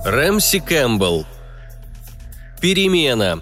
Рэмси Кэмпбелл. Перемена.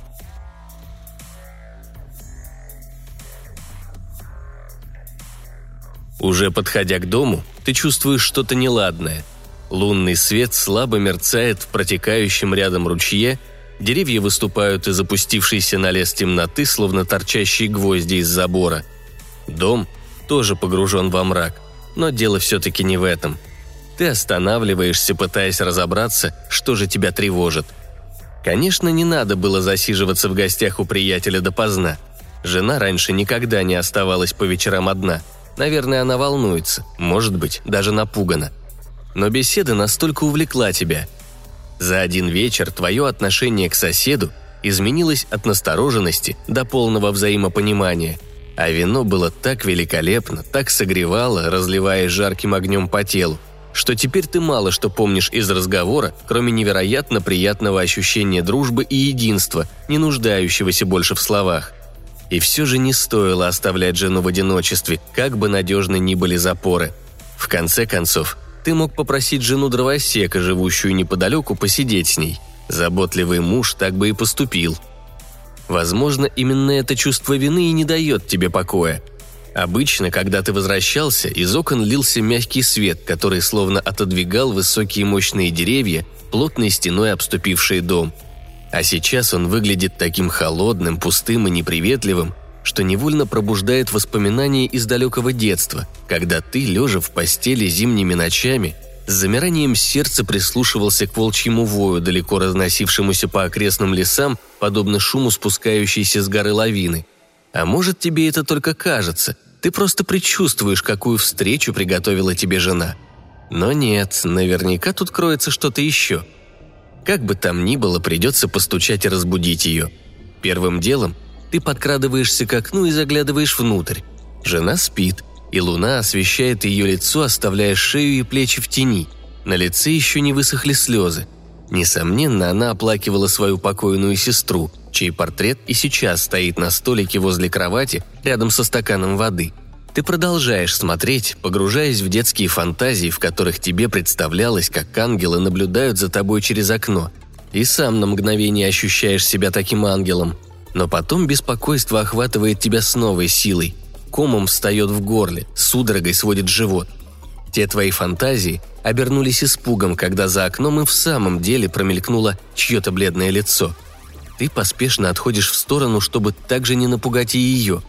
Уже подходя к дому, ты чувствуешь что-то неладное. Лунный свет слабо мерцает в протекающем рядом ручье, деревья выступают из опустившейся на лес темноты, словно торчащие гвозди из забора. Дом тоже погружен во мрак, но дело все-таки не в этом. Ты останавливаешься, пытаясь разобраться, что же тебя тревожит. Конечно, не надо было засиживаться в гостях у приятеля допоздна. Жена раньше никогда не оставалась по вечерам одна. Наверное, она волнуется, может быть, даже напугана. Но беседа настолько увлекла тебя. За один вечер твое отношение к соседу изменилось от настороженности до полного взаимопонимания. А вино было так великолепно, так согревало, разливаясь жарким огнем по телу, что теперь ты мало что помнишь из разговора, кроме невероятно приятного ощущения дружбы и единства, не нуждающегося больше в словах. И все же не стоило оставлять жену в одиночестве, как бы надежны ни были запоры. В конце концов, ты мог попросить жену-дровосека, живущую неподалеку, посидеть с ней. Заботливый муж так бы и поступил. Возможно, именно это чувство вины и не дает тебе покоя. Обычно, когда ты возвращался, из окон лился мягкий свет, который словно отодвигал высокие мощные деревья, плотной стеной обступившие дом. А сейчас он выглядит таким холодным, пустым и неприветливым, что невольно пробуждает воспоминания из далекого детства, когда ты, лежа в постели зимними ночами, с замиранием сердца прислушивался к волчьему вою, далеко разносившемуся по окрестным лесам, подобно шуму спускающейся с горы лавины. А может, тебе это только кажется, ты просто предчувствуешь, какую встречу приготовила тебе жена. Но нет, наверняка тут кроется что-то еще. Как бы там ни было, придется постучать и разбудить ее. Первым делом ты подкрадываешься к окну и заглядываешь внутрь. Жена спит, и луна освещает ее лицо, оставляя шею и плечи в тени. На лице еще не высохли слезы. Несомненно, она оплакивала свою покойную сестру, чей портрет и сейчас стоит на столике возле кровати рядом со стаканом воды. Ты продолжаешь смотреть, погружаясь в детские фантазии, в которых тебе представлялось, как ангелы наблюдают за тобой через окно. И сам на мгновение ощущаешь себя таким ангелом. Но потом беспокойство охватывает тебя с новой силой. Комом встает в горле, судорогой сводит живот. Те твои фантазии обернулись испугом, когда за окном и в самом деле промелькнуло чье-то бледное лицо. Ты поспешно отходишь в сторону, чтобы также не напугать и ее.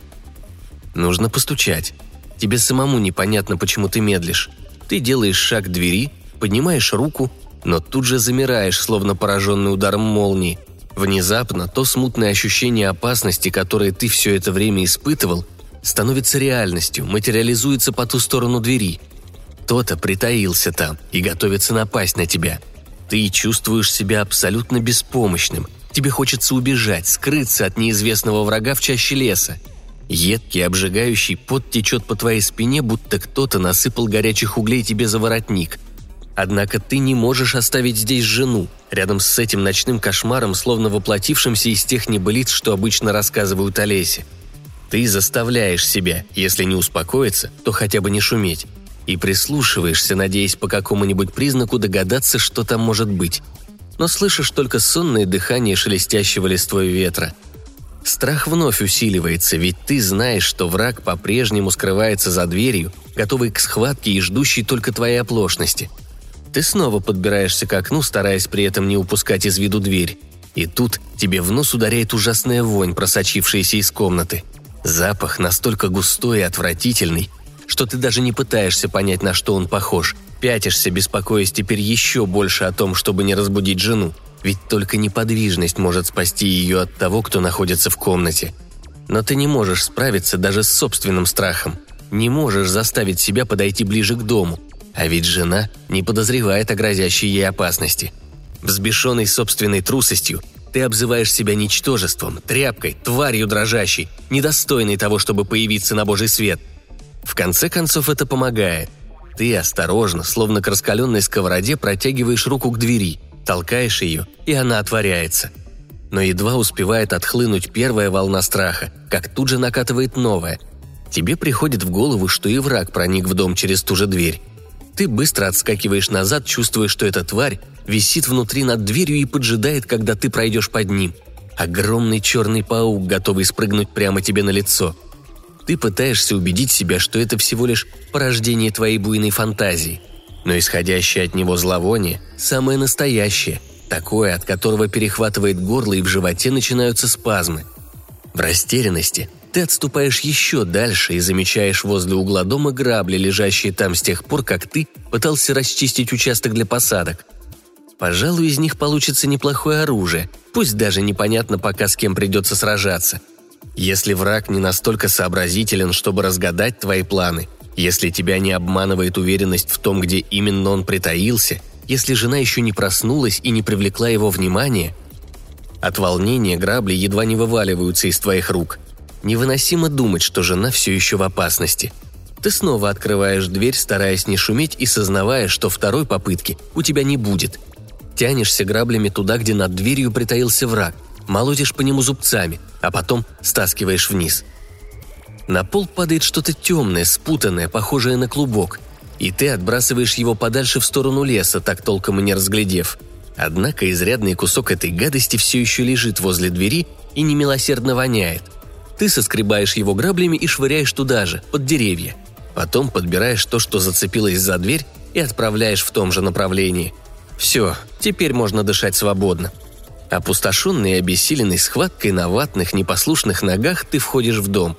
Нужно постучать. Тебе самому непонятно, почему ты медлишь. Ты делаешь шаг к двери, поднимаешь руку, но тут же замираешь, словно пораженный ударом молнии. Внезапно то смутное ощущение опасности, которое ты все это время испытывал, становится реальностью, материализуется по ту сторону двери. Кто-то притаился там и готовится напасть на тебя. Ты чувствуешь себя абсолютно беспомощным. Тебе хочется убежать, скрыться от неизвестного врага в чаще леса. Едкий, обжигающий пот течет по твоей спине, будто кто-то насыпал горячих углей тебе за воротник. Однако ты не можешь оставить здесь жену, рядом с этим ночным кошмаром, словно воплотившимся из тех небылиц, что обычно рассказывают о лесе. Ты заставляешь себя, если не успокоиться, то хотя бы не шуметь. И прислушиваешься, надеясь по какому-нибудь признаку догадаться, что там может быть. Но слышишь только сонное дыхание шелестящего листвой ветра. Страх вновь усиливается, ведь ты знаешь, что враг по-прежнему скрывается за дверью, готовый к схватке и ждущий только твоей оплошности. Ты снова подбираешься к окну, стараясь при этом не упускать из виду дверь. И тут тебе в нос ударяет ужасная вонь, просочившаяся из комнаты. Запах настолько густой и отвратительный, что ты даже не пытаешься понять, на что он похож. Пятишься, беспокоясь теперь еще больше о том, чтобы не разбудить жену. Ведь только неподвижность может спасти ее от того, кто находится в комнате. Но ты не можешь справиться даже с собственным страхом. Не можешь заставить себя подойти ближе к дому. А ведь жена не подозревает о грозящей ей опасности. Взбешенный собственной трусостью, ты обзываешь себя ничтожеством, тряпкой, тварью дрожащей, недостойной того, чтобы появиться на Божий свет. В конце концов, это помогает. Ты осторожно, словно к раскаленной сковороде, протягиваешь руку к двери, толкаешь ее, и она отворяется. Но едва успевает отхлынуть первая волна страха, как тут же накатывает новая. Тебе приходит в голову, что и враг проник в дом через ту же дверь. Ты быстро отскакиваешь назад, чувствуя, что эта тварь висит внутри над дверью и поджидает, когда ты пройдешь под ним. Огромный черный паук, готовый спрыгнуть прямо тебе на лицо. Ты пытаешься убедить себя, что это всего лишь порождение твоей буйной фантазии. Но исходящее от него зловоние – самое настоящее, такое, от которого перехватывает горло и в животе начинаются спазмы. В растерянности ты отступаешь еще дальше и замечаешь возле угла дома грабли, лежащие там с тех пор, как ты пытался расчистить участок для посадок. Пожалуй, из них получится неплохое оружие, пусть даже непонятно пока с кем придется сражаться. Если враг не настолько сообразителен, чтобы разгадать твои планы, если тебя не обманывает уверенность в том, где именно он притаился, если жена еще не проснулась и не привлекла его внимание, от волнения грабли едва не вываливаются из твоих рук. Невыносимо думать, что жена все еще в опасности. Ты снова открываешь дверь, стараясь не шуметь и сознавая, что второй попытки у тебя не будет. Тянешься граблями туда, где над дверью притаился враг, молотишь по нему зубцами, а потом стаскиваешь вниз. На пол падает что-то темное, спутанное, похожее на клубок, и ты отбрасываешь его подальше в сторону леса, так толком и не разглядев. Однако изрядный кусок этой гадости все еще лежит возле двери и немилосердно воняет. Ты соскребаешь его граблями и швыряешь туда же, под деревья. Потом подбираешь то, что зацепилось за дверь, и отправляешь в том же направлении. Все, теперь можно дышать свободно. Опустошенный и обессиленный схваткой на ватных, непослушных ногах ты входишь в дом.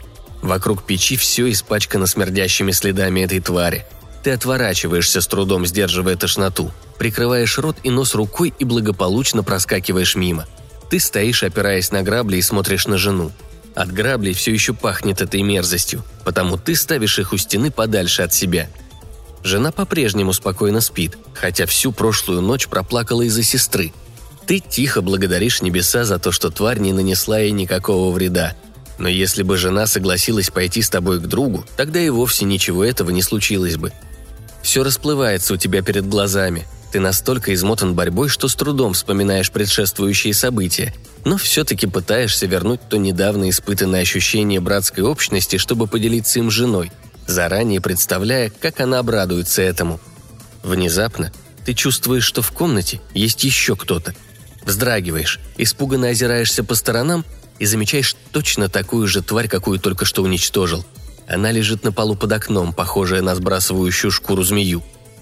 Вокруг печи все испачкано смердящими следами этой твари. Ты отворачиваешься, с трудом сдерживая тошноту, прикрываешь рот и нос рукой и благополучно проскакиваешь мимо. Ты стоишь, опираясь на грабли, и смотришь на жену. От граблей все еще пахнет этой мерзостью, потому ты ставишь их у стены подальше от себя. Жена по-прежнему спокойно спит, хотя всю прошлую ночь проплакала из-за сестры. Ты тихо благодаришь небеса за то, что тварь не нанесла ей никакого вреда. Но если бы жена согласилась пойти с тобой к другу, тогда и вовсе ничего этого не случилось бы. Все расплывается у тебя перед глазами. Ты настолько измотан борьбой, что с трудом вспоминаешь предшествующие события, но все-таки пытаешься вернуть то недавно испытанное ощущение братской общности, чтобы поделиться им с женой, заранее представляя, как она обрадуется этому. Внезапно ты чувствуешь, что в комнате есть еще кто-то. Вздрагиваешь, испуганно озираешься по сторонам и замечаешь точно такую же тварь, какую только что уничтожил. Она лежит на полу под окном, похожая на сбрасывающую шкуру змею.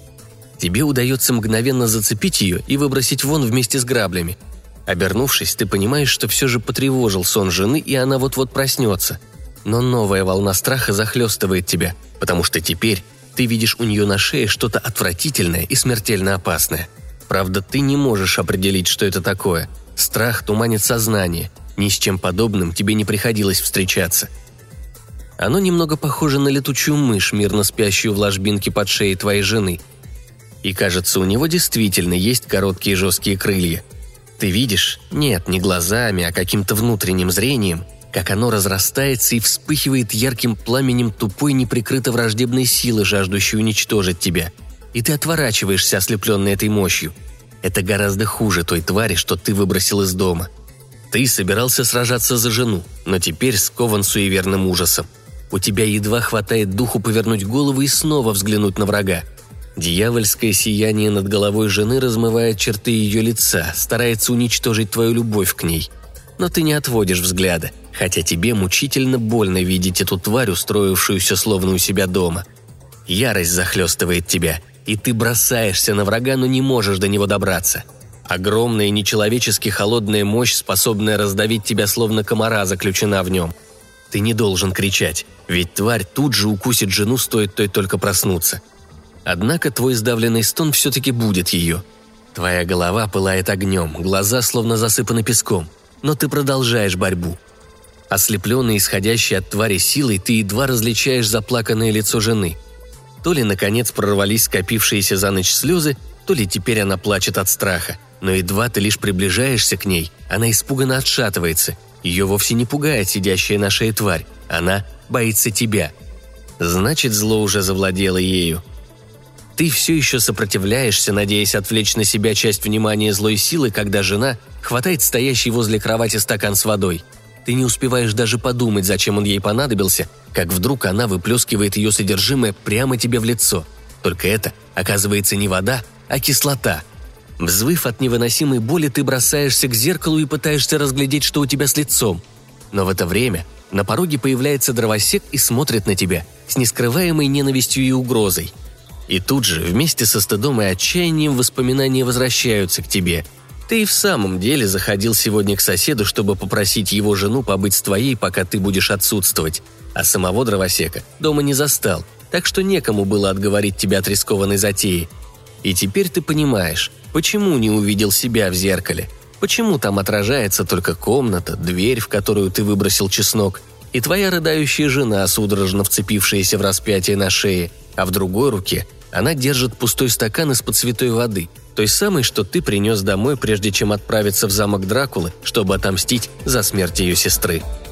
Тебе удается мгновенно зацепить ее и выбросить вон вместе с граблями. Обернувшись, ты понимаешь, что все же потревожил сон жены, и она вот-вот проснется. Но новая волна страха захлестывает тебя, потому что теперь ты видишь у нее на шее что-то отвратительное и смертельно опасное. Правда, ты не можешь определить, что это такое. Страх туманит сознание. Ни с чем подобным тебе не приходилось встречаться. Оно немного похоже на летучую мышь, мирно спящую в ложбинке под шеей твоей жены. И кажется, у него действительно есть короткие жесткие крылья. Ты видишь, нет, не глазами, а каким-то внутренним зрением, как оно разрастается и вспыхивает ярким пламенем тупой неприкрыто враждебной силы, жаждущей уничтожить тебя. И ты отворачиваешься, ослепленный этой мощью. Это гораздо хуже той твари, что ты выбросил из дома. Ты собирался сражаться за жену, но теперь скован суеверным ужасом. У тебя едва хватает духу повернуть голову и снова взглянуть на врага. Дьявольское сияние над головой жены размывает черты ее лица, старается уничтожить твою любовь к ней. Но ты не отводишь взгляда, хотя тебе мучительно больно видеть эту тварь, устроившуюся словно у себя дома. Ярость захлестывает тебя, и ты бросаешься на врага, но не можешь до него добраться. Огромная нечеловечески холодная мощь, способная раздавить тебя словно комара, заключена в нем. Ты не должен кричать, ведь тварь тут же укусит жену, стоит той только проснуться. Однако твой сдавленный стон все-таки будет ее. Твоя голова пылает огнем, глаза словно засыпаны песком, но ты продолжаешь борьбу. Ослепленный исходящей от твари силой, ты едва различаешь заплаканное лицо жены. То ли, наконец, прорвались скопившиеся за ночь слезы, то ли теперь она плачет от страха. Но едва ты лишь приближаешься к ней, она испуганно отшатывается. Ее вовсе не пугает сидящая на шее тварь. Она боится тебя. Значит, зло уже завладело ею. Ты все еще сопротивляешься, надеясь отвлечь на себя часть внимания злой силы, когда жена хватает стоящий возле кровати стакан с водой. Ты не успеваешь даже подумать, зачем он ей понадобился, как вдруг она выплескивает ее содержимое прямо тебе в лицо. Только это, оказывается, не вода, а кислота. Взвыв от невыносимой боли, ты бросаешься к зеркалу и пытаешься разглядеть, что у тебя с лицом. Но в это время на пороге появляется дровосек и смотрит на тебя с нескрываемой ненавистью и угрозой. И тут же, вместе со стыдом и отчаянием, воспоминания возвращаются к тебе. Ты и в самом деле заходил сегодня к соседу, чтобы попросить его жену побыть с твоей, пока ты будешь отсутствовать. А самого дровосека дома не застал, так что некому было отговорить тебя от рискованной затеи. И теперь ты понимаешь, почему не увидел себя в зеркале, почему там отражается только комната, дверь, в которую ты выбросил чеснок, и твоя рыдающая жена, судорожно вцепившаяся в распятие на шее, а в другой руке она держит пустой стакан из-под святой воды, той самой, что ты принес домой, прежде чем отправиться в замок Дракулы, чтобы отомстить за смерть ее сестры.